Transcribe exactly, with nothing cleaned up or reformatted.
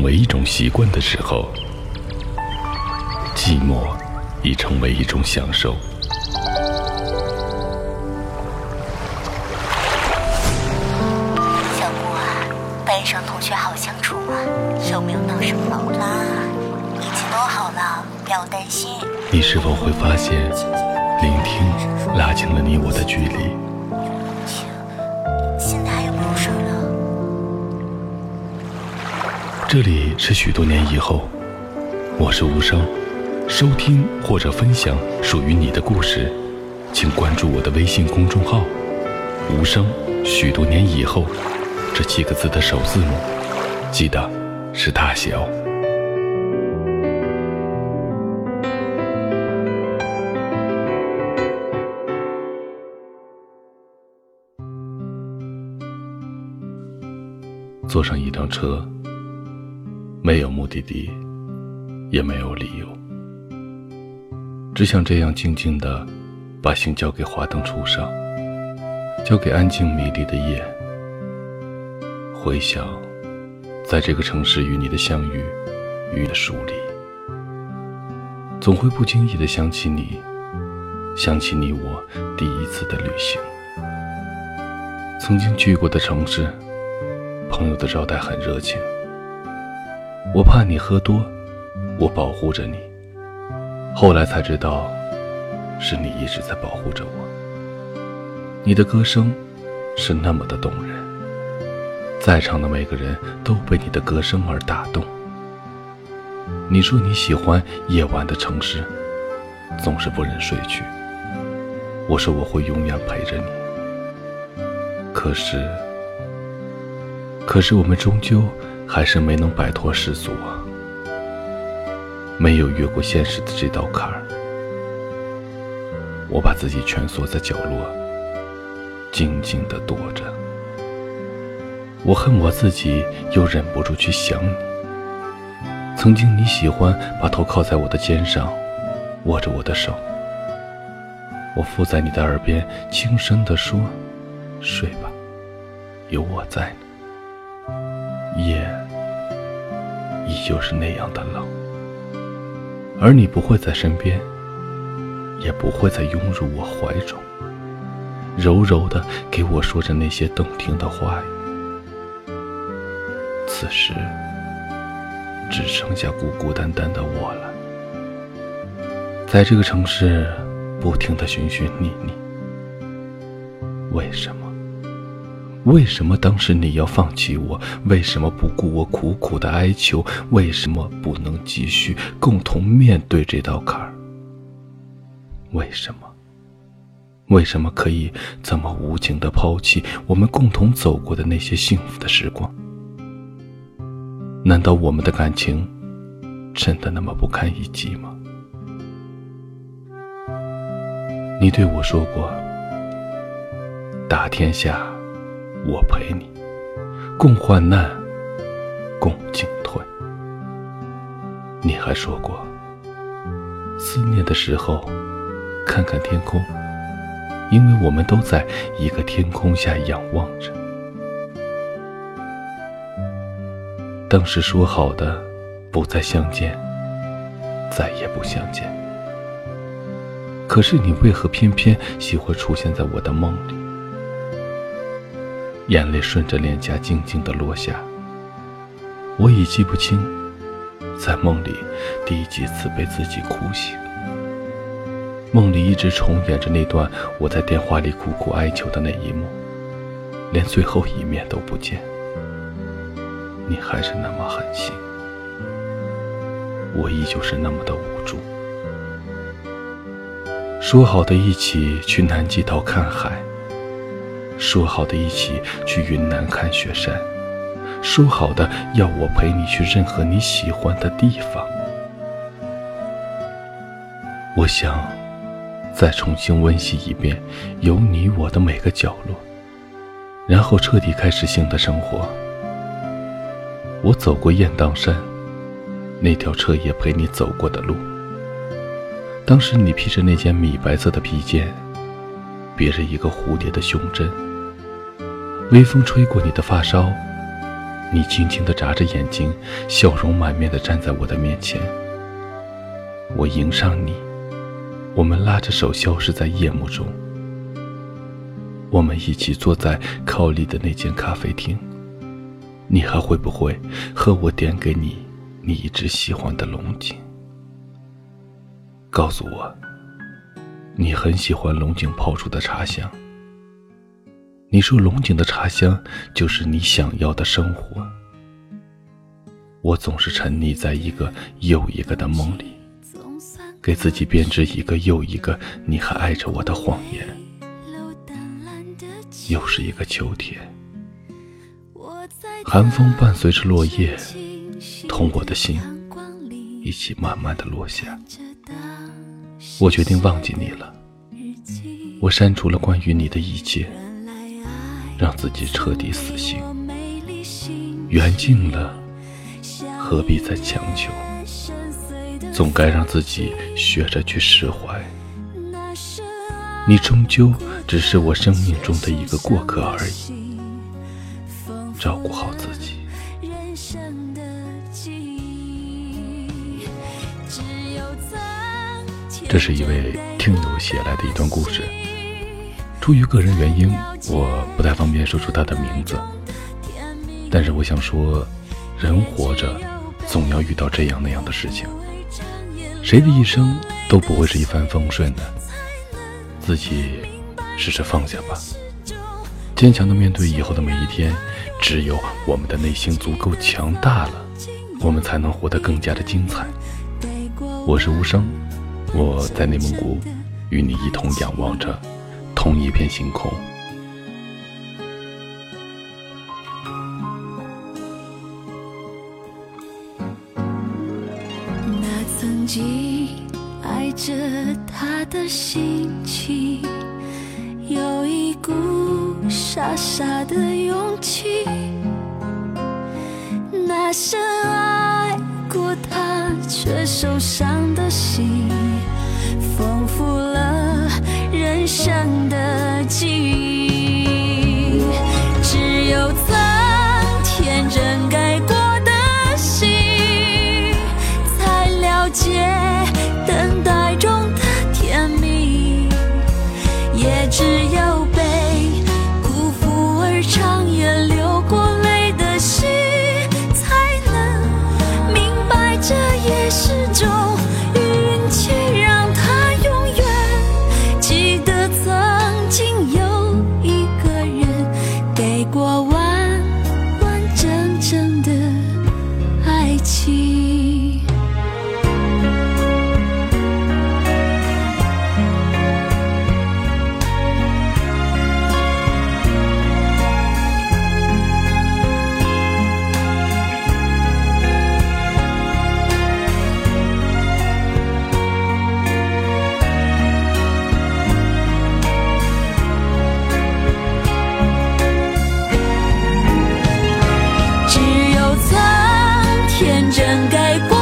为一种习惯的时候，寂寞已成为一种享受。 小木啊，班上同学好相处吗？有没有闹什么毛啦？一切都好了，不要担心。 你是否会发现，聆听拉近了你我的距离？ 现在还有没有睡了？ 这里是许多年以后，我是无声。收听或者分享属于你的故事，请关注我的微信公众号无声许多年以后这七个字的首字母，记得是大小。坐上一辆车，没有目的地，也没有理由，只想这样静静地把心交给华灯初上，交给安静迷离的夜。回想在这个城市与你的相遇，与你的疏离，总会不经意地想起你，想起你我第一次的旅行。曾经去过的城市，朋友的招待很热情，我怕你喝多，我保护着你。后来才知道，是你一直在保护着我。你的歌声是那么的动人，在场的每个人都被你的歌声而打动。你说你喜欢夜晚的城市，总是不忍睡去。我说我会永远陪着你。可是，可是我们终究还是没能摆脱世俗啊。没有越过现实的这道坎儿，我把自己蜷缩在角落，静静地躲着。我恨我自己，又忍不住去想你。曾经你喜欢把头靠在我的肩上，握着我的手，我附在你的耳边轻声地说，睡吧，有我在呢。夜依旧是那样的冷，而你不会在身边，也不会再拥入我怀中，柔柔地给我说着那些动听的话语。此时只剩下孤孤单单的我了，在这个城市不停地寻寻觅觅。为什么为什么当时你要放弃我？为什么不顾我苦苦的哀求？为什么不能继续共同面对这道坎儿？为什么为什么可以这么无情地抛弃我们共同走过的那些幸福的时光？难道我们的感情真的那么不堪一击吗？你对我说过，打天下我陪你，共患难，共进退。你还说过，思念的时候看看天空，因为我们都在一个天空下仰望着。当时说好的不再相见，再也不相见。可是你为何偏偏喜欢出现在我的梦里？眼泪顺着脸颊静静地落下，我已记不清在梦里第几次被自己哭醒。梦里一直重演着那段我在电话里苦苦哀求的那一幕，连最后一面都不见。你还是那么狠心，我依旧是那么的无助。说好的一起去南极岛看海，说好的一起去云南看雪山，说好的要我陪你去任何你喜欢的地方。我想再重新温习一遍有你我的每个角落，然后彻底开始新的生活。我走过雁荡山，那条彻夜陪你走过的路。当时你披着那件米白色的披肩，别着一个蝴蝶的胸针，微风吹过你的发梢， 你轻轻地眨着眼睛，笑容满面地站在我的面前。我迎上你，我们拉着手消失在夜幕中。我们一起坐在靠里的那间咖啡厅，你还会不会和我点给你你一直喜欢的龙井？告诉我，你很喜欢龙井泡出的茶香。你说龙井的茶香就是你想要的生活。我总是沉溺在一个又一个的梦里，给自己编织一个又一个你还爱着我的谎言。又是一个秋天，寒风伴随着落叶，同我的心一起慢慢的落下。我决定忘记你了，我删除了关于你的一切，让自己彻底死心。缘尽了，何必再强求？总该让自己学着去释怀。你终究只是我生命中的一个过客而已，照顾好自己。这是一位听友写来的一段故事，出于个人原因，我不太方便说出他的名字，但是我想说，人活着总要遇到这样那样的事情，谁的一生都不会是一帆风顺的，自己试着放下吧，坚强地面对以后的每一天。只有我们的内心足够强大了，我们才能活得更加的精彩。我是无声，我在内蒙古，与你一同仰望着同一片星空。 那曾经爱着他的心情，有一股傻傻的勇气。那深爱过他却受伤的心，丰富了人生的记忆。只有曾天真改过的心，才了解等待中的甜蜜。也只有被辜负而长夜流过泪的心，才能明白这也是种运气，让他永远记得曾经有一个人给过完完整整的爱情。天真改过